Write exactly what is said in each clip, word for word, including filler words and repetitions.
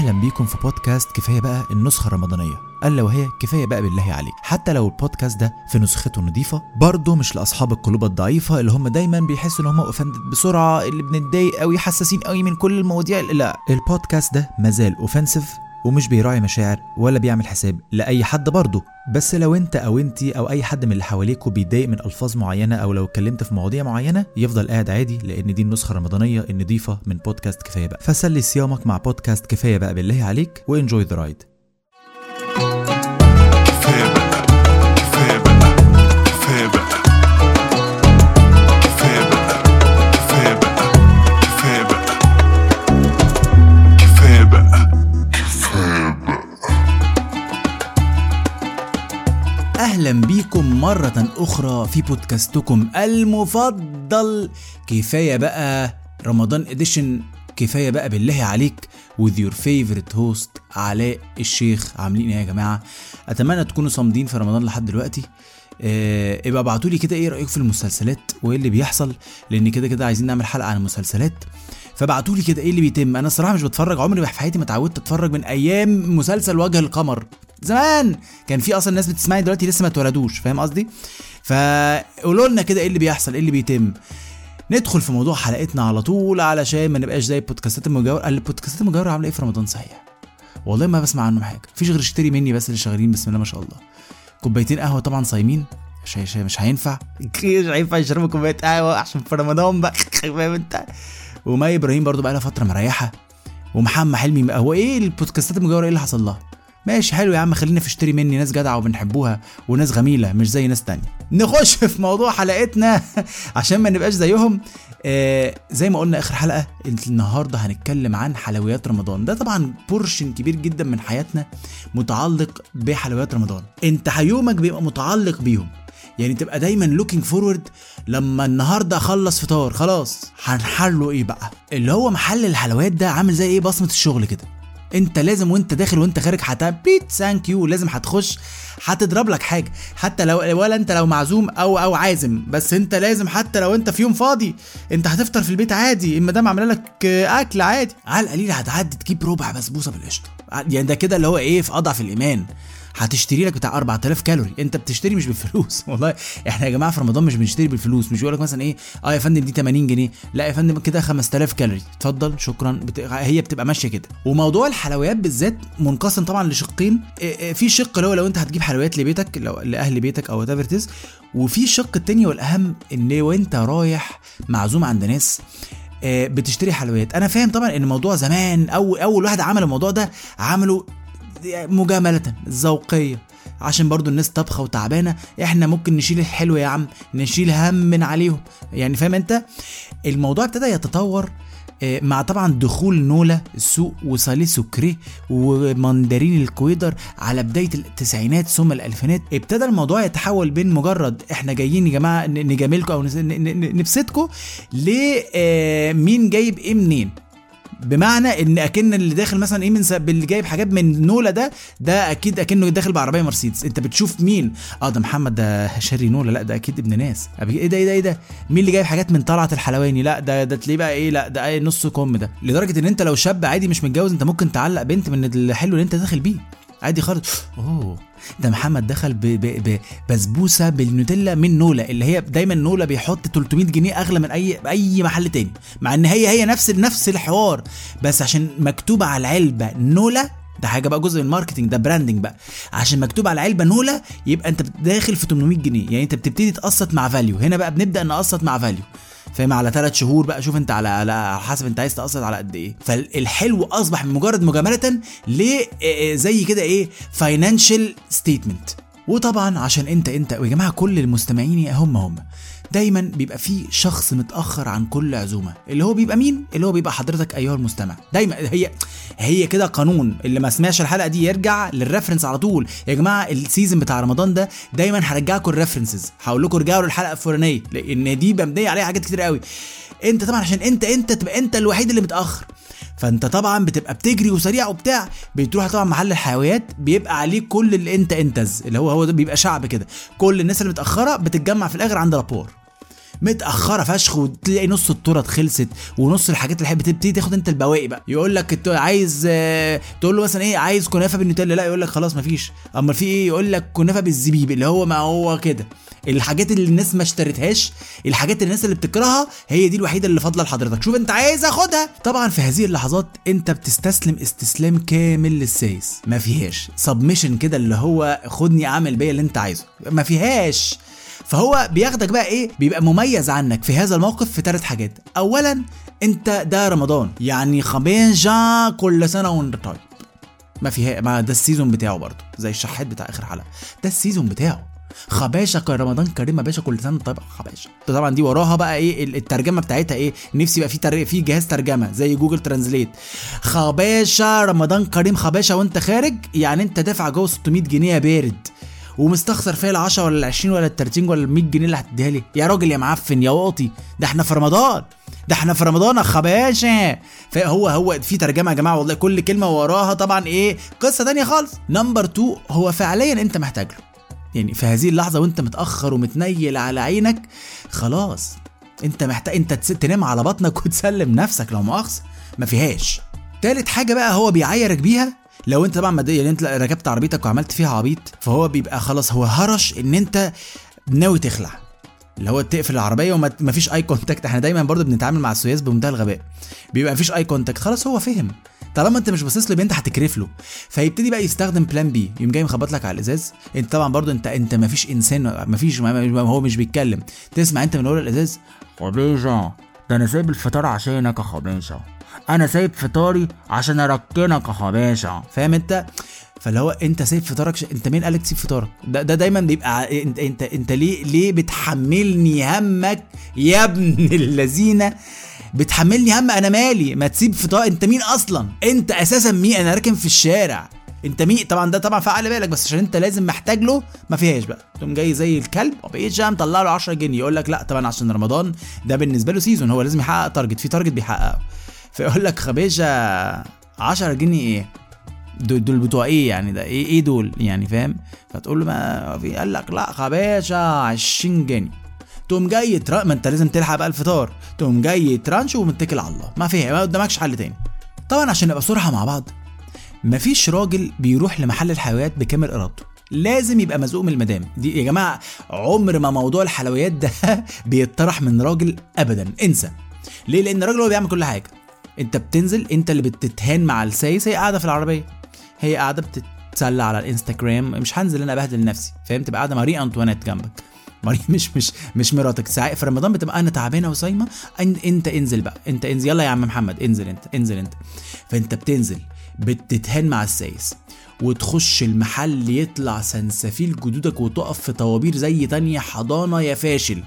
اهلا بيكم في بودكاست كفايه بقى النسخه الرمضانيه، الا وهي كفايه بقى بالله عليك. حتى لو البودكاست ده في نسخته نظيفه برضه مش لاصحاب القلوب الضعيفه اللي هم دايما بيحسوا ان هم اوفندد بسرعه، اللي بنتضايق قوي، حساسين قوي من كل المواضيع. لا، البودكاست ده مازال اوفنسيف ومش بيراعي مشاعر ولا بيعمل حساب لاي حد برضه. بس لو انت او انتي او اي حد من اللي حواليكوا بيتضايق من الفاظ معينه او لو اتكلمت في مواضيع معينه يفضل قاعد عادي، لان دي النسخه الرمضانيه النظيفه من بودكاست كفايه بقى. فسلي صيامك مع بودكاست كفايه بقى بالله عليك وانجوي ذا رايد. كفايه بقى كفايه بقى كفايه بقى كفايه بقى كفايه بقى كفايه بقى كفايه بقى كفايه بقى. اهلا بيكم مرة اخرى في بودكاستكم المفضل كفاية بقى رمضان اديشن. كفاية بقى بالله عليك with your favorite host علاء الشيخ. عاملين ايه يا جماعة؟ اتمنى تكونوا صامدين في رمضان لحد دلوقتي. اه ابقى ابعتولي كده ايه رأيك في المسلسلات وايه اللي بيحصل، لان كده كده عايزين نعمل حلقة عن المسلسلات. فبعتولي كده ايه اللي بيتم. انا الصراحة مش بتفرج، عمري في حياتي ما اتعودت اتفرج من ايام مسلسل وجه القمر. زمان كان في اصلا ناس بتسمعني دلوقتي لسه ما اتولدوش، فاهم قصدي؟ فقولوا لنا كده ايه اللي بيحصل، ايه اللي بيتم. ندخل في موضوع حلقتنا على طول علشان ما نبقاش زي البودكاستات المجاورة. البودكاستات المجاورة عامله ايه في رمضان صحيح؟ والله ما بسمع عنهم حاجه، مفيش غير اشتري مني بس اللي شغالين بسم الله ما شاء الله. كوبايتين قهوه طبعا صايمين، شاي شاي مش هينفع مش هينفع يشربوا كوبايه قهوه عشان في رمضان بقى، فاهم انت؟ ومي ابراهيم برضو بقى لها فتره مريحه، ومحمد حلمي. هو ايه البودكاستات المجاورة ايه اللي حصل لها؟ ماشي حلو يا عم، خلينا في اشتري مني، ناس جدعه وبنحبوها وناس جميله مش زي ناس تانية. نخش في موضوع حلقتنا عشان ما نبقاش زيهم. آه زي ما قلنا اخر حلقه، النهارده هنتكلم عن حلويات رمضان. ده طبعا بورشن كبير جدا من حياتنا متعلق بحلويات رمضان. انت يومك بيبقى متعلق بيهم، يعني تبقى دايما لوكينج فورورد. لما النهارده اخلص فطار خلاص هنحله ايه بقى، اللي هو محل الحلويات ده عامل زي ايه بصمه الشغل كده. انت لازم وانت داخل وانت خارج هتبيت ثانك يو، لازم هتخش هتضرب لك حاجه، حتى لو ولا انت لو معزوم او او عازم، بس انت لازم حتى لو انت في يوم فاضي انت هتفطر في البيت عادي، اما دام عامله لك اكل عادي على القليل هتعدي تجيب ربع بسبوسه بالقشطه. يعني ده كده اللي هو ايه في اضعف الايمان. هتشتري لك بتاع أربعة آلاف كالوري. انت بتشتري مش بالفلوس والله. احنا يا جماعه في رمضان مش بنشتري بالفلوس، مش بيقول لك مثلا ايه اه يا فندم دي ثمانين جنيه، لا يا فندم كده خمسة آلاف كالوري اتفضل شكرا. بت... هي بتبقى ماشيه كده. وموضوع الحلويات بالذات منقسم طبعا لشقين. في شق اللي هو لو انت هتجيب حلويات لبيتك، لو لاهل بيتك او تافرتز، وفي الشق التاني والاهم ان وانت رايح معزوم عند ناس بتشتري حلويات. انا فاهم طبعا ان الموضوع زمان او اول واحد عمل الموضوع ده عمله مجاملة ذوقية عشان برضو الناس طبخة وتعبانة، احنا ممكن نشيل الحلو يا عم، نشيل هم من عليهم، يعني فاهم انت؟ الموضوع ابتدى يتطور مع طبعا دخول نولا السوق وصالي سكري وماندرين الكويدر على بداية التسعينات ثم الالفينات. ابتدى الموضوع يتحول بين مجرد احنا جايين يا جماعة نجاملكم او نبسطكم لمين جايب ايه منين، بمعنى ان اكن اللي داخل مثلا ايه من اللي جايب حاجات من نولا ده ده اكيد اكنه داخل بعربيه مرسيدس. انت بتشوف مين؟ اه ده محمد ده شاري نولا، لا ده اكيد ابن ناس. ايه ده ايه ده ايه ده مين اللي جايب حاجات من طلعت الحلواني؟ لا ده ده تلاقيه بقى ايه، لا ده ايه نص كم ده. لدرجه ان انت لو شاب عادي مش متجوز انت ممكن تعلق بنت من الحلو اللي انت داخل بيه عادي خالص. اوه ده محمد دخل ببسبوسه بالنوتيلا من نولا، اللي هي دايما نولا بيحط ثلاثمية جنيه اغلى من اي اي محل تاني، مع ان هي هي نفس نفس الحوار، بس عشان مكتوبه على العلبه نولا. ده حاجه بقى جزء من الماركتنج، ده براندنج بقى. عشان مكتوب على العلبه نولا يبقى انت داخل في ثمانمية جنيه، يعني انت بتبتدي تقسط مع فاليو. هنا بقى بنبدا نقسط مع فاليو، فاهم؟ على ثلاث شهور بقى، شوف انت على على حسب انت عايز تقسط على قد ايه. فالحلو اصبح من مجرد مجامله ل زي كده ايه فاينانشال ستيتمنت. وطبعا عشان انت انت يا جماعه كل المستمعين هم هم دايما بيبقى في شخص متاخر عن كل عزومه، اللي هو بيبقى مين؟ اللي هو بيبقى حضرتك ايها المستمع. دايما هي هي كده قانون. اللي ما سمعش الحلقه دي يرجع للريفرنس على طول. يا جماعه السيزون بتاع رمضان ده دايما هرجعكم الريفرنسز، هقول لكم ارجعوا للحلقه الفلانيه لان دي مبنيه عليها حاجات كتير قوي. انت طبعا عشان انت انت تبقى انت الوحيد اللي متاخر، فانت طبعا بتبقى بتجري وسريع وبتاع، بتروح طبعا محل الحلويات بيبقى عليك كل اللي انت انتز، اللي هو هو ده بيبقى شعب كده. كل الناس اللي متاخره بتتجمع في الاخر عند رابور. متاخره فشخ، وتلاقي نص التورت خلصت ونص الحاجات اللي بتبتدي تاخد انت البواقي بقى. يقول لك عايز اه تقول له مثلا ايه عايز كنافه بالنوتيلا، لا يقول لك خلاص مفيش. اما في ايه يقول لك كنافه بالزبيب، اللي هو ما هو كده الحاجات اللي الناس ما اشترتهاش، الحاجات اللي الناس اللي بتكرهها هي دي الوحيده اللي فاضله لحضرتك، شوف انت عايز اخدها. طبعا في هذه اللحظات انت بتستسلم استسلام كامل للسايس، ما فيهاش سبمشن كده اللي هو خدني اعمل بيا اللي انت عايزه، ما فيهاش. فهو بياخدك بقى ايه، بيبقى مميز عنك في هذا الموقف في ثلاث حاجات. اولا انت ده رمضان، يعني خبيجه كل سنه وانت طيب، ما فيها، ما ده السيزون بتاعه برضه زي الشحات بتاع اخر حلقه، ده السيزون بتاعه. خباشة رمضان كريم يا باشا كل سنه طيب خباشة. طبعا دي وراها بقى ايه الترجمه بتاعتها ايه، نفسي يبقى في تر... في جهاز ترجمه زي جوجل ترانزليت. خباشة رمضان كريم خباشة وانت خارج، يعني انت دافع جوه ستمية جنيه بارد ومستخسر فيها العشرة ولا العشرين ولا التلاتين ولا المية جنيه اللي هتديها لي يا راجل يا معفن يا واطي، ده احنا في رمضان، ده احنا في رمضان يا خباشة. فهو هو في ترجمه يا جماعه والله، كل كلمه وراها طبعا ايه قصه تانية خالص. نمبر اتنين هو فعليا انت محتاج له، يعني في هذه اللحظه وانت متاخر ومتنيل على عينك خلاص انت محتاج انت تنام على بطنك وتسلم نفسك لو مؤاخذه، ما فيهاش. تالت حاجه بقى هو بيعايرك بيها، لو انت طبعا يعني انت ركبت عربيتك وعملت فيها عبيط، فهو بيبقى خلاص هو هرش ان انت ناوي تخلع، اللي هو تقفل العربيه وما فيش اي كونتاكت. احنا دايما برضو بنتعامل مع السويس بمنتهى الغباء، بيبقى ما فيش اي كونتاكت، خلاص هو فهم طالما انت مش باصص له انت هتكرف له، فيبتدي بقى يستخدم بلان بي، يقوم جاي مخبط لك على الازاز. انت طبعا برضو انت انت ما فيش انسان، ما فيش هو مش بيتكلم، تسمع انت من ورا الازاز خبيجه ده انا سايب الفطار عشانك يا خبيجه، انا سايب فطاري عشان اركنك يا خبيجه، فاهم انت؟ فاللي هو انت سايب فطارك ش... انت مين قالك تسيب فطارك؟ ده, ده دايما بيبقى انت انت انت ليه ليه بتحملني همك يا ابن اللذينه، بتحملني هم، انا مالي، ما تسيب فطار، انت مين اصلا؟ انت اساسا مين؟ انا راكن في الشارع، انت مين؟ طبعا ده طبعا فعل بالك، بس عشان انت لازم محتاج له ما فيهاش بقى، تقوم جاي زي الكلب وبقيت جاي مطلع له عشرة جنيه، يقول لك لا طبعا عشان رمضان ده بالنسبه له سيزون، هو لازم يحقق تارجت، في تارجت بيحققه، فيقول لك خبيجه عشرة جنيه ايه دول, دول بتوع ايه يعني، ده ايه ايه دول يعني، فاهم؟ فتقول له ما في، قال لك لا خبيجه عشرين جنيه، تقوم جاي ترا... ما انت لازم تلحق بقى الفطار، تقوم جاي ترانش ومتكل على الله، ما فيها، ما قدامكش حل تاني. طبعا عشان نبقى صراحه مع بعض، مفيش راجل بيروح لمحل الحلويات بكامل ارادته، لازم يبقى مزقوق من المدام دي يا جماعه. عمر ما موضوع الحلويات ده بيطرح من راجل ابدا، انسى. ليه؟ لان الراجل هو بيعمل كل حاجه، انت بتنزل انت اللي بتتهان مع السايس، هي قاعده في العربيه، هي قاعده بتتسلى على الانستجرام، مش هنزل انا ابهدل نفسي، فاهم؟ تبقى قاعده ماري انطوانيت جنبك، ماري مش مش مش مراتك. ساعات في رمضان بتبقى انا تعبانه وصايمه، انت انزل بقى، انت انزل يلا يا عم محمد انزل انت انزل انت فانت بتنزل بتتهان مع السايس، وتخش المحل يطلع سنسفيل جدودك، وتقف في طوابير زي تانية حضانه يا فاشل،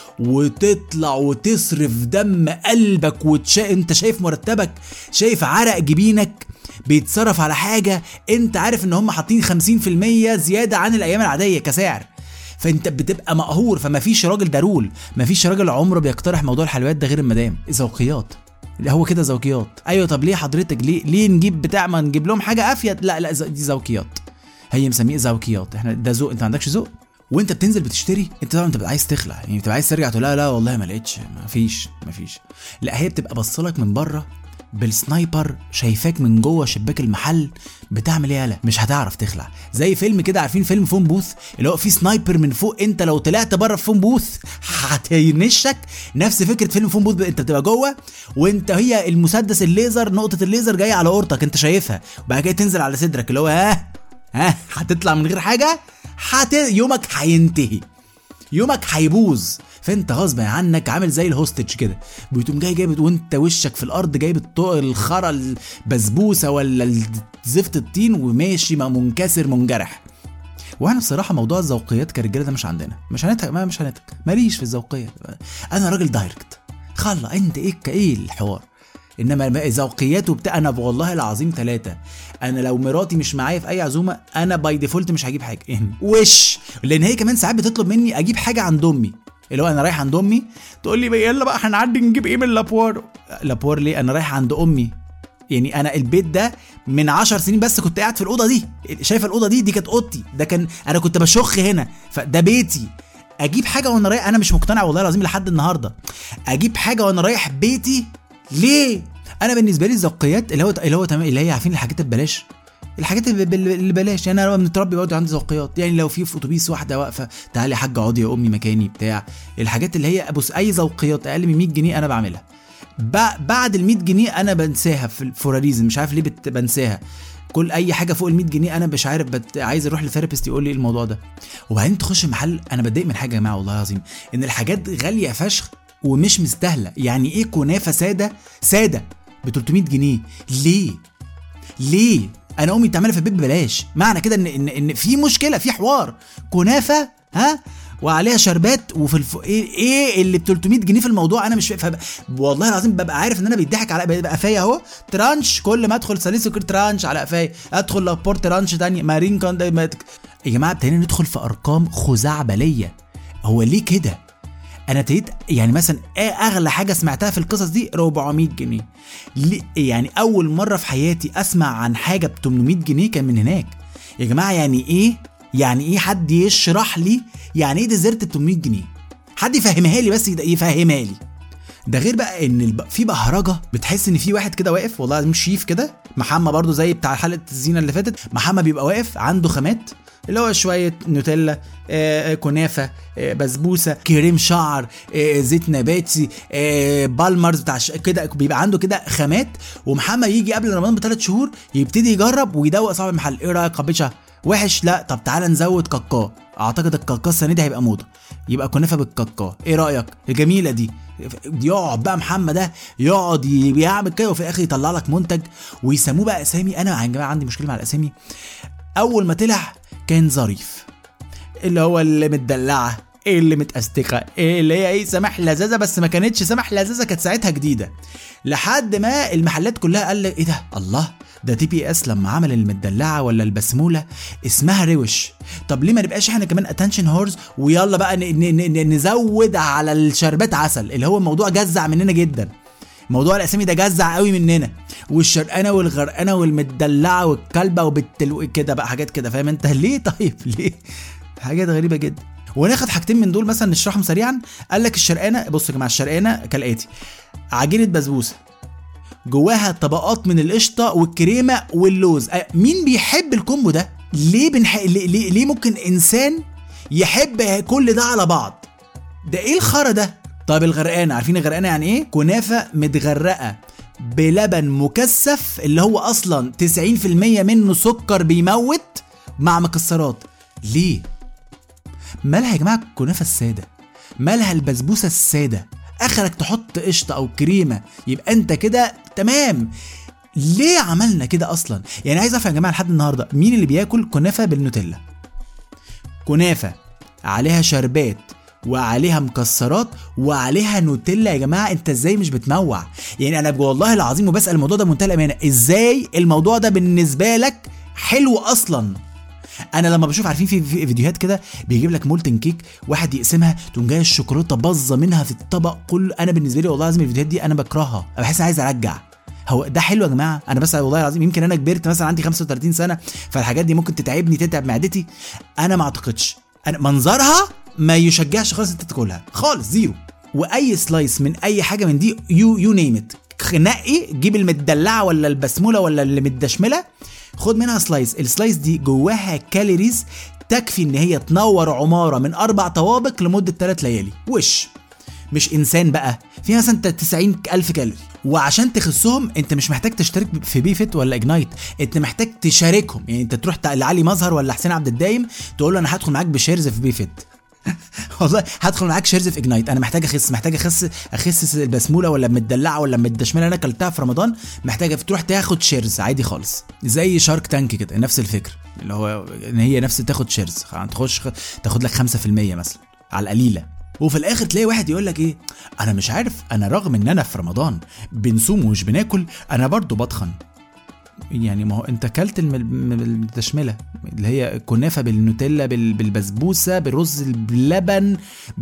وتطلع وتصرف دم قلبك، وتشا... انت شايف مرتبك، شايف عرق جبينك بيتصرف على حاجه انت عارف ان هم حاطين خمسين في المية زياده عن الايام العاديه كسعر، فانت بتبقى مقهور. فما فيش راجل ده رول، ما فيش راجل عمره بيقترح موضوع الحلويات ده غير المدام. ذوقيات، هو كده ذوقيات. ايوه طب ليه حضرتك، ليه ليه نجيب بتاع ما نجيب لهم حاجه افيد؟ لا لا دي ذوقيات، هي مسميه ذوقيات، احنا ده ذوق، انت ما عندكش ذوق. وانت بتنزل بتشتري، انت طبعا انت بتبقى عايز تخلع، يعني بتبقى عايز ترجع تقول لا لا والله ما لقيتش، ما فيش ما فيش لا هي بتبقى بصلك من بره بالسنايبر، شايفاك من جوه شباك المحل بتعمل ايه، يالا مش هتعرف تخلع. زي فيلم كده، عارفين فيلم فون بوث اللي هو فيه سنايبر من فوق، انت لو طلعت بره فون بوث هتنشك، نفس فكره فيلم فون بوث، انت بتبقى جوه وانت هي المسدس الليزر، نقطه الليزر جايه على اورتك انت شايفها، وبعد كده تنزل على صدرك اللي هو ها ها هتطلع من غير حاجه، حت... يومك هينتهي، يومك هيبوظ. فانت غصب عنك عامل زي الهوستج كده، بتقوم جاي جايب وانت وشك في الارض، جايب الطوق الخرا البسبوسه ولا زفت الطين وماشي ما منكسر منجرح. وانا بصراحه موضوع الذوقيات كرجاله ده مش عندنا، مش هنتك ما مش هنتك ماليش في الذوقيه، انا راجل دايركت، خلا انت ايه ايه الحوار. انما ذوقيات وبتاع، انا والله العظيم ثلاثه، انا لو مراتي مش معايا في اي عزومه انا باي ديفولت مش هجيب حاجه وش، لان هي كمان ساعات بتطلب مني اجيب حاجه عند امي، اللي هو انا رايح عند امي تقول لي يلا بقى هنعدي نجيب ايه من لابوار. لابوار ليه؟ انا رايح عند امي، يعني انا البيت ده من عشر سنين بس كنت قاعد في الاوضه دي، شايفه الاوضه دي دي كانت اوضتي، ده كان انا كنت بشخ هنا، فده بيتي، اجيب حاجه وانا رايح، انا مش مقتنع والله العظيم لحد النهارده اجيب حاجه وانا رايح بيتي ليه؟ انا بالنسبه لي الذوقيات اللي هو اللي هو تمام اللي هي عارفين الحاجات ببلاش، الحاجات اللي ببلاش. يعني انا متربي برضه عندي ذوقيات، يعني لو في في اتوبيس واحده واقفه تعالي يا حاجه اقعدي يا امي مكاني بتاع الحاجات اللي هي بص اي ذوقيات اقل من مية جنيه انا بعملها. بعد ال مية جنيه انا بنساها في الفوراريزم، مش عارف ليه بنساها. كل اي حاجه فوق ال مية جنيه انا مش عارف بت... عايز اروح لثيرابيست يقول لي الموضوع ده. وبعدين تخش محل، انا بتضايق من حاجه يا جماعه والله العظيم ان الحاجات غاليه فشخ ومش مستاهله. يعني ايه كنافه ساده ساده ب تلتمية جنيه؟ ليه ليه انا امي بتعملها في البيت ببلاش؟ معنى كده ان ان, إن في مشكله، في حوار. كنافه ها وعليها شربات وفي الف... ايه ايه اللي ب تلتمية جنيه في الموضوع؟ انا مش فاهم والله العظيم. ببقى عارف ان انا بيضحك على قفايا اهو، ترانش كل ما ادخل ساليسو كده ترانش على قفايا، ادخل لابورت ترانش تاني مارين كان. يا جماعه ابتدينا ندخل في ارقام خزعبليه. هو ليه كده؟ انا ابتديت يعني مثلا ايه اغلى حاجه سمعتها في القصص دي أربعمية جنيه. يعني اول مره في حياتي اسمع عن حاجه ب تمنمية جنيه كان من هناك. يا جماعه يعني ايه يعني ايه حد يشرح لي يعني ايه ديزرت ب تمنمية جنيه؟ حد يفهمها لي بس، يفهمها لي. ده غير بقى ان الب... في بهرجه، بتحس ان في واحد كده واقف والله العظيم شيف كده. محمد برضو زي بتاع حلقه الزينه اللي فاتت، محمد بيبقى واقف عنده خامات اللي هو شويه نوتيلا، آه، كنافه، آه، بسبوسه، كريم شعر، آه، زيت نباتي، آه، بالمرز بتاع ش... كده بيبقى عنده كده خامات. ومحمد يجي قبل رمضان بثلاث شهور يبتدي يجرب ويدوق صاحب المحل. ايه رايك قبيشه؟ وحش؟ لا طب تعالى نزود كاكاو، اعتقد الكاكاو السنه دي هيبقى موضه، يبقى كنافه بالكاكاو. ايه رايك؟ الجميله دي. يقعد بقى محمد ده يقعد يعمل كده وفي الاخر يطلع لك منتج ويسموه بقى اسامي. انا يا جماعه عندي مشكله مع الاسامي. اول ما طلع كان ظريف، اللي هو اللي متدلعه، ايه اللي متأستقة، ايه اللي هي ايه سماح لذاذة، بس ما كانتش سماح لذاذة، كانت ساعتها جديدة. لحد ما المحلات كلها قال لك ايه ده، الله ده تي بي اس لما عمل المدلعه ولا البسموله اسمها روش. طب ليه ما نبقاش احنا كمان اتنشن هورز ويلا بقى نزود على الشربات عسل؟ اللي هو الموضوع جزع مننا جدا، موضوع الاسامي ده جزع قوي مننا. والشرقانه والغرقانه والمدلعه والكلبه وبالتلو كده بقى حاجات كده، فاهم انت ليه؟ طيب ليه؟ حاجات غريبه جدا. وناخد حاجتين من دول مثلا نشرحهم سريعا. قال لك الشرقانه، بصوا يا جماعه الشرقانه كالاتي: عجينه بسبوسه جواها طبقات من القشطه والكريمه واللوز. مين بيحب الكومبو ده؟ ليه بنح... ليه... ليه ممكن انسان يحب كل ده على بعض؟ ده ايه الخرا ده؟ طب الغرقانه، عارفين الغرقانه يعني ايه؟ كنافه متغرقه بلبن مكثف اللي هو اصلا تسعين في المية منه سكر بيموت مع مكسرات. ليه؟ مالها يا جماعه الكنافه الساده؟ مالها البسبوسه الساده؟ اخرك تحط قشطه او كريمه يبقى انت كده تمام. ليه عملنا كده اصلا؟ يعني عايز افهم يا جماعه لحد النهارده مين اللي بياكل كنافه بالنوتيلا؟ كنافه عليها شربات وعليها مكسرات وعليها نوتيلا. يا جماعه انت ازاي مش بتنوع؟ يعني انا والله العظيم وبسال الموضوع ده بمنتهى الامانه، ازاي الموضوع ده بالنسبه لك حلو اصلا؟ انا لما بشوف عارفين في فيديوهات كده بيجيب لك مولتن كيك واحد يقسمها تقوم جايه الشوكولاته باظه منها في الطبق كله. انا بالنسبه لي والله العظيم الفيديوهات دي انا بكرهها، انا بحس عايز ارجع. هو ده حلو يا جماعه؟ انا بس والله العظيم يمكن انا كبرت مثلا عندي خمسة وتلاتين سنه فالحاجات دي ممكن تتعبني تتعب معدتي. انا ما اعتقدش، انا منظرها ما يشجعش خالص انت تاكلها خالص، زيرو. واي سلايس من اي حاجه من دي يو يو نيم ات، نقي جيب المدلعه ولا البسموله ولا اللي متدشمله، خد منها سلايس. السلايس دي جواها كالوريز تكفي ان هي تنور عماره من اربع طوابق لمده ثلاث ليالي. وش مش انسان بقى في مثلا تسعين الف كالوري، وعشان تخسهم انت مش محتاج تشترك في بيفت ولا اجنايت، انت محتاج تشاركهم. يعني انت تروح لعلي مظهر ولا حسين عبد الدايم تقول له انا هدخل معاك بشيرز في بيفت والله هدخل معاك شيرز في اجنايت، انا محتاج اخس محتاج اخس اخس البسموله ولا مدلعه ولا مدشمله انا اكلتها في رمضان، محتاجه تروح تاخد شيرز عادي خالص. زي شارك تانك كده نفس الفكره، اللي هو ان هي نفس تاخد شيرز، تخش تاخد لك خمسة في المية مثلا على القليله. وفي الاخر تلاقي واحد يقول لك ايه، انا مش عارف، انا رغم ان انا في رمضان بنصوم ومش بناكل انا برضو بتخن. يعني ما هو انت اكلت التشمله اللي هي كنافه بالنوتيلا بالبسبوسه بالرز باللبن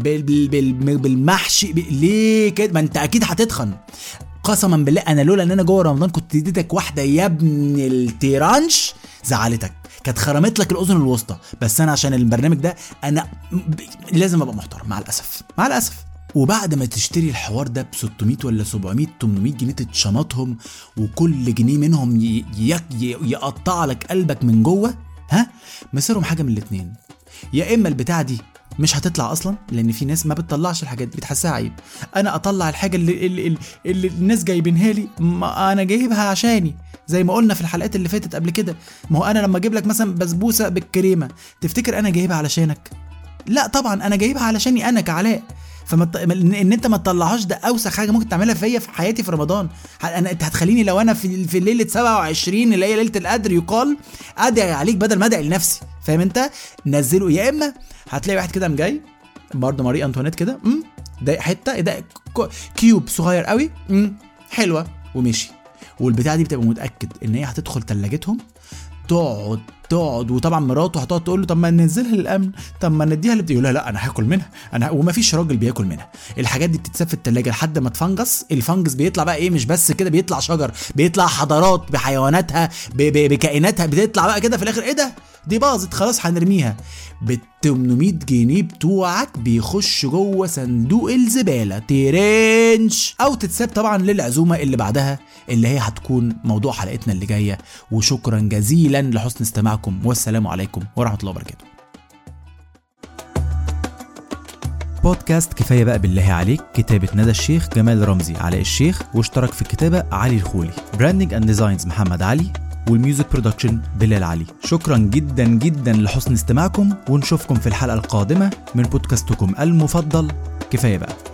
بالمحشي، ليه كده؟ ما انت اكيد هتتخن قسما بالله. انا لولا ان انا جوه رمضان كنت اديتك واحده يا ابن التيرانش زعلتك، كانت خرمت لك الاذن الوسطى. بس انا عشان البرنامج ده انا ب... لازم ابقى محترم مع الاسف مع الاسف. وبعد ما تشتري الحوار ده ب ستمية ولا سبعمية تمنمية جنيه تتشمطهم، وكل جنيه منهم ي... ي... يقطع لك قلبك من جوه، ها مصيرهم حاجه من الاتنين: يا اما البتاعه دي مش هتطلع اصلا، لان في ناس ما بتطلعش الحاجات دي بتحسها عيب. انا اطلع الحاجه اللي, اللي, اللي الناس جايبينها لي، ما انا جايبها عشاني، زي ما قلنا في الحلقات اللي فاتت قبل كده. ما هو انا لما اجيب لك مثلا بسبوسه بالكريمه، تفتكر انا جايبها علشانك؟ لا طبعا انا جايبها علشاني انا كعلاء. فما ان انت ما تطلعهاش ده اوسخ حاجه ممكن تعملها فيا في حياتي في رمضان. انا انت هتخليني لو انا في في ليله سبعة وعشرين اللي هي ليله القدر يقال ادعي عليك بدل ما ادعي لنفسي، فاهم انت؟ نزله. يا اما هتلاقي واحد كده جاي برضه ماري انطوانيت كده، امم ده حته ده كيوب صغير قوي، امم حلوه ومشي. والبتاعه دي بتبقى متاكد ان هي هتدخل ثلاجتهم، تقعد تقعد وطبعا مراته هتقعد تقول له طب ما ننزلها للامن، طب ما نديها اللي يقول لها لا انا هاكل منها انا، وما فيش راجل بياكل منها. الحاجات دي بتتساب في الثلاجه لحد ما تفنجس. الفنجس بيطلع بقى ايه؟ مش بس كده بيطلع شجر، بيطلع حضارات بحيواناتها بكائناتها، بتطلع بقى كده في الاخر ايه ده؟ دي باظت خلاص هنرميها. ب تمنمية جنيه بتوعك بيخش جوه صندوق الزباله تيرنش، او تتساب طبعا للعزومه اللي بعدها اللي هي هتكون موضوع حلقتنا اللي جايه. وشكرا جزيلا لحسن استماعكم، والسلام عليكم ورحمه الله وبركاته. بودكاست كفايه بقى بالله عليك، كتابه ندى الشيخ، جمال رمزي، علاء الشيخ، واشترك في الكتابه علي الخولي، براندنج اند ديزاينز محمد علي، والميوزك برودكشن بلال علي. شكرا جدا جدا لحسن استماعكم، ونشوفكم في الحلقة القادمة من بودكاستكم المفضل كفاية بقى.